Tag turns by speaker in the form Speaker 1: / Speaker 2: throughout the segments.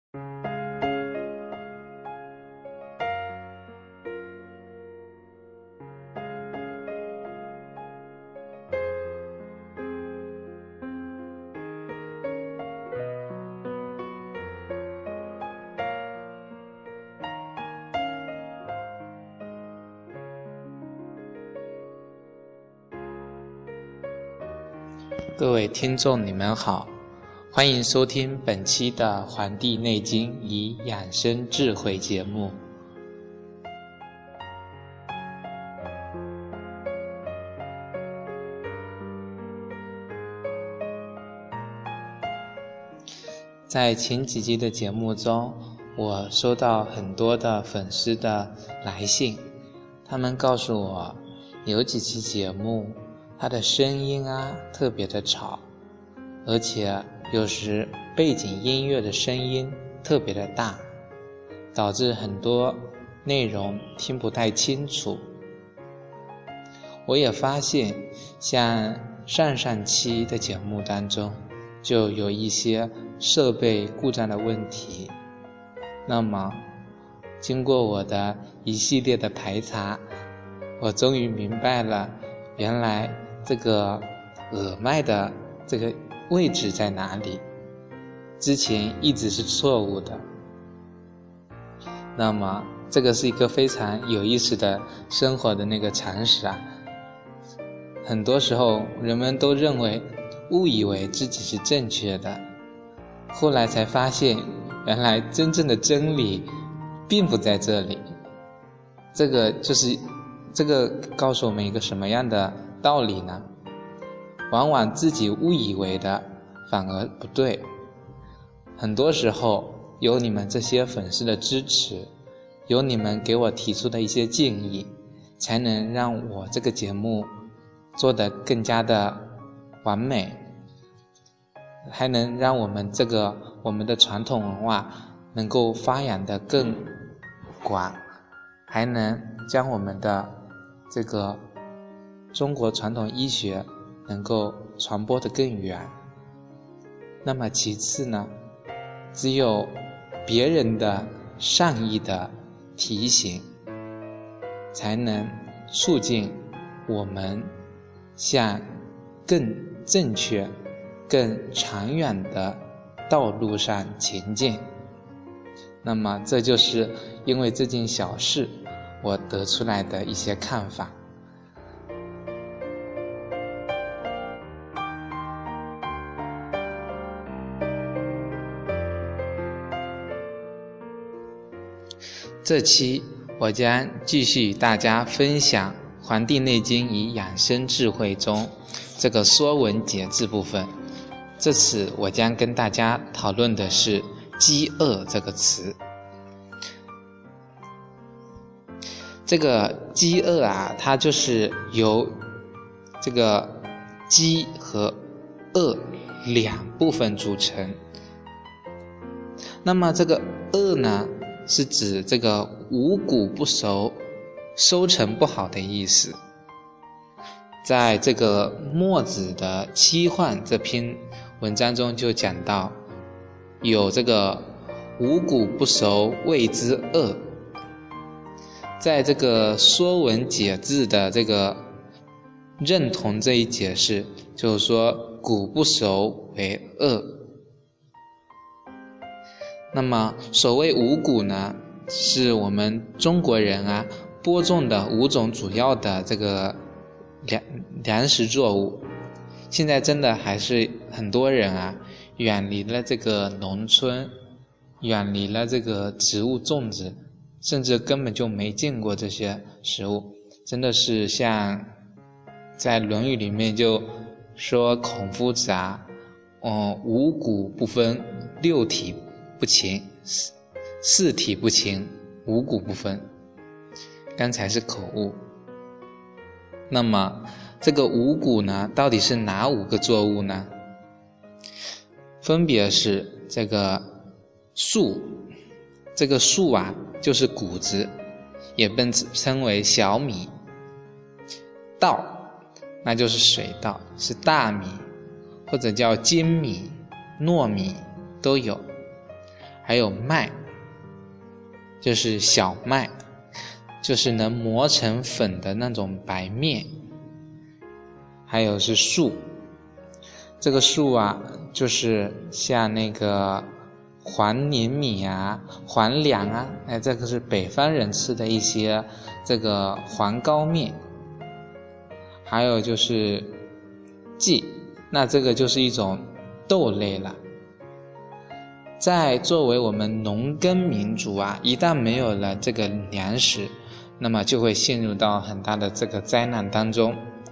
Speaker 1: 各位听众你们好，欢迎收听本期的《黄帝内经与养生智慧》节目。在前几期的节目中，我收到很多的粉丝的来信，他们告诉我有几期节目它的声音特别的吵，而且有时背景音乐的声音特别的大，导致很多内容听不太清楚。我也发现像上期的节目当中就有一些设备故障的问题，那么经过我的一系列的排查，我终于明白了原来这个耳麦的这个位置在哪里，之前一直是错误的。那么这个是一个非常有意思的生活的那个常识很多时候人们都误以为自己是正确的，后来才发现原来真正的真理并不在这里。这个告诉我们一个什么样的道理呢？往往自己误以为的反而不对。很多时候有你们这些粉丝的支持，有你们给我提出的一些建议，才能让我这个节目做得更加的完美，还能让我们的传统文化能够发扬得更广，还能将我们的这个中国传统医学能够传播得更远。那么其次呢，只有别人的善意的提醒，才能促进我们向更正确、更长远的道路上前进。那么这就是因为这件小事我得出来的一些看法。这期我将继续与大家分享《黄帝内经与养生智慧》中这个说文解字部分。这次我将跟大家讨论的是饥饿这个词。这个饥饿它就是由这个饥和饿两部分组成。那么这个饿呢，是指这个五谷不熟、收成不好的意思。在这个墨子的《七患》这篇文章中就讲到，有这个五谷不熟谓之饿。在这个《说文解字》的这个认同这一解释，就是说谷不熟为饿。那么所谓五谷呢，是我们中国人播种的5种主要的这个粮食作物。现在真的还是很多人远离了这个农村，远离了这个植物种植，甚至根本就没见过这些食物。真的是像在《论语》里面就说孔夫子五谷不分，六体不勤，四体不勤，五谷不分。刚才是口误。那么这个五谷呢，到底是哪5个作物呢？分别是这个粟，这个粟就是谷子，也被称为小米。稻，那就是水稻，是大米，或者叫粳米、糯米都有。 还有麦，就是小麦，就是能磨成粉的那种白面。还有是粟，这个粟啊，就是像那个黄连米啊、黄粱啊，这个是北方人吃的一些这个黄高面。还有就是稷，那这个就是一种豆类了。在作为我们农耕民族啊，一旦没有了这个粮食，那么就会陷入到很大的这个灾难当中。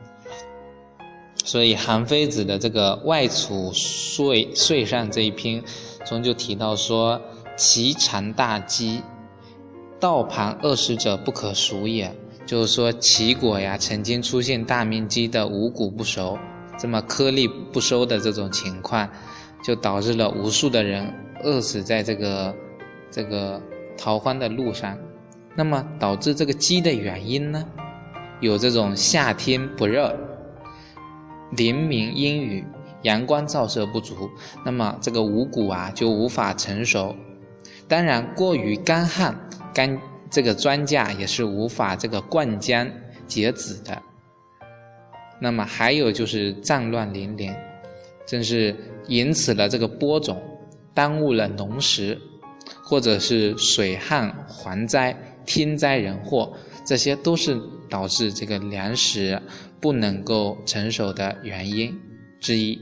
Speaker 1: 所以韩非子的这个外储税上这一篇中就提到说，其常大饥，道旁20者不可数也。就是说齐国呀曾经出现大面积的五谷不熟，这么颗粒不收的这种情况，就导致了无数的人饿死在这个逃荒的路上。那么导致这个饥的原因呢，有这种夏天不热，连绵阴雨，阳光照射不足，那么这个五谷啊就无法成熟。当然过于干旱，这个庄稼也是无法这个灌浆结籽的。那么还有就是战乱连连，正是引起了这个播种，耽误了农时，或者是水旱蝗灾、天灾人祸，这些都是导致这个粮食不能够成熟的原因之一。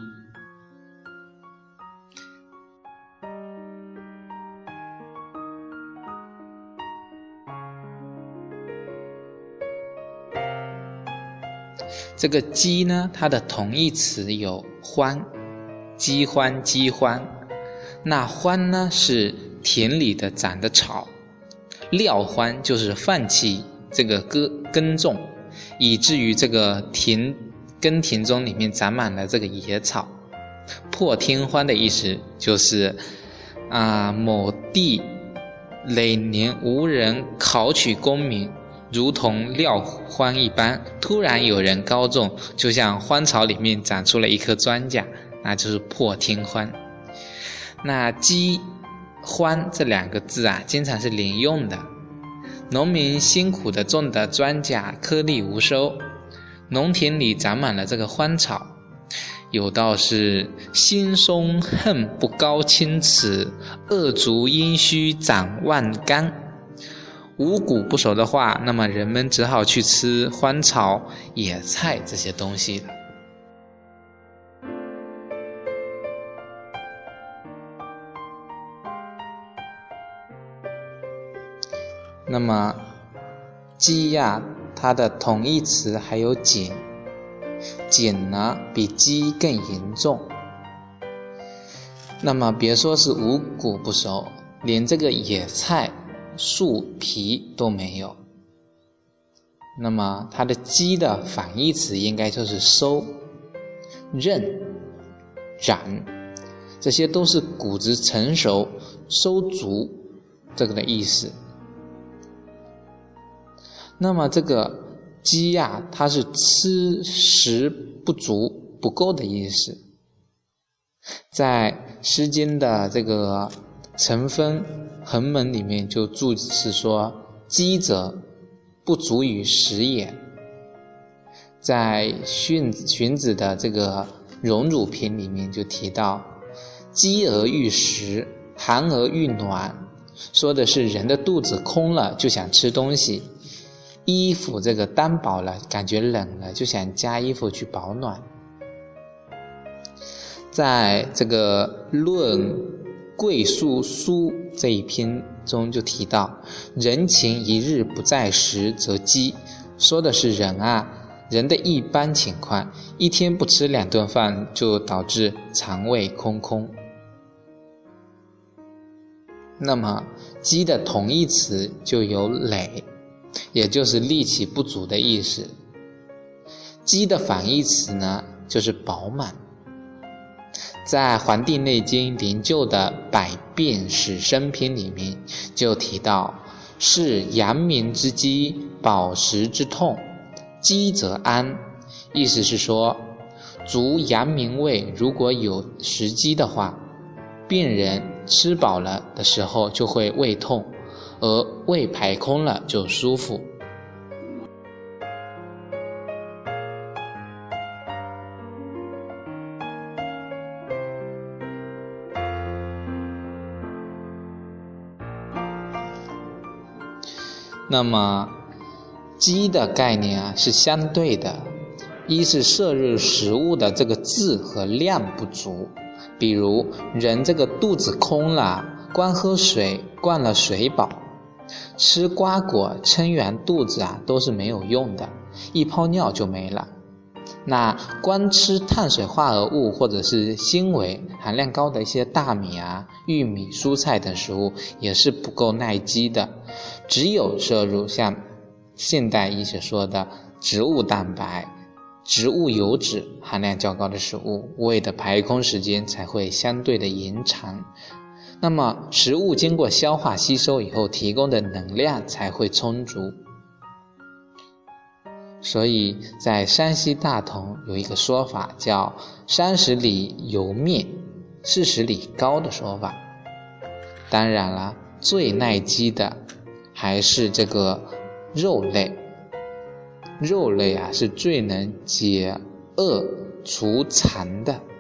Speaker 1: 这个饥呢，它的同义词有荒，饥荒、饥荒。那荒呢是田里的长的草，撂荒就是放弃这个耕种，以至于这个耕田中里面长满了这个野草。破天荒的意思就是某地累年无人考取功名，如同撂荒一般，突然有人高中，就像荒草里面长出了一颗庄稼，那就是破天荒。那饥荒这两个字啊，经常是连用的。农民辛苦的种的庄稼颗粒无收，农田里长满了这个荒草。有道是心松恨不高千尺，恶竹阴虚长万竿。五谷不熟的话，那么人们只好去吃荒草、野菜这些东西了。那么饥呀，它的同义词还有馑，馑呢比饥更严重。那么别说是五谷不熟，连这个野菜树皮都没有。那么它的饥的反义词应该就是收、韧、长，这些都是谷子成熟、收足这个的意思。那么这个饥呀，它是吃食不足、不够的意思。在《诗经》的这个乘风横门里面就注释说，饥者不足以食也。在荀子的这个荣辱篇里面就提到，饥而欲食，寒而欲暖，说的是人的肚子空了就想吃东西，衣服这个单薄了感觉冷了就想加衣服去保暖。在这个论贵素书这一篇中就提到，人情一日不在食则饥，说的是人的一般情况，一天不吃2顿饭就导致肠胃空空。那么饥的同义词就有累，也就是力气不足的意思。饥的反义词呢就是饱满。在《黄帝内经·灵鷲》的百变始生篇里面就提到，是阳明之饥，饱食之痛，饥则安。意思是说，足阳明胃如果有食饥的话，病人吃饱了的时候就会胃痛，而胃排空了就舒服。那么饥的概念是相对的，一是摄入食物的这个质和量不足，比如人这个肚子空了，光喝水灌了水饱，吃瓜果撑圆肚子都是没有用的，一泡尿就没了。那光吃碳水化合物或者是纤维含量高的一些大米玉米、蔬菜等食物也是不够耐饥的，只有摄入像现代医学说的植物蛋白、植物油脂含量较高的食物，胃的排空时间才会相对的延长，那么食物经过消化吸收以后提供的能量才会充足。所以在山西大同有一个说法叫30里油面40里高的说法。当然了，最耐饥的还是这个肉类，肉类是最能解饿除馋的。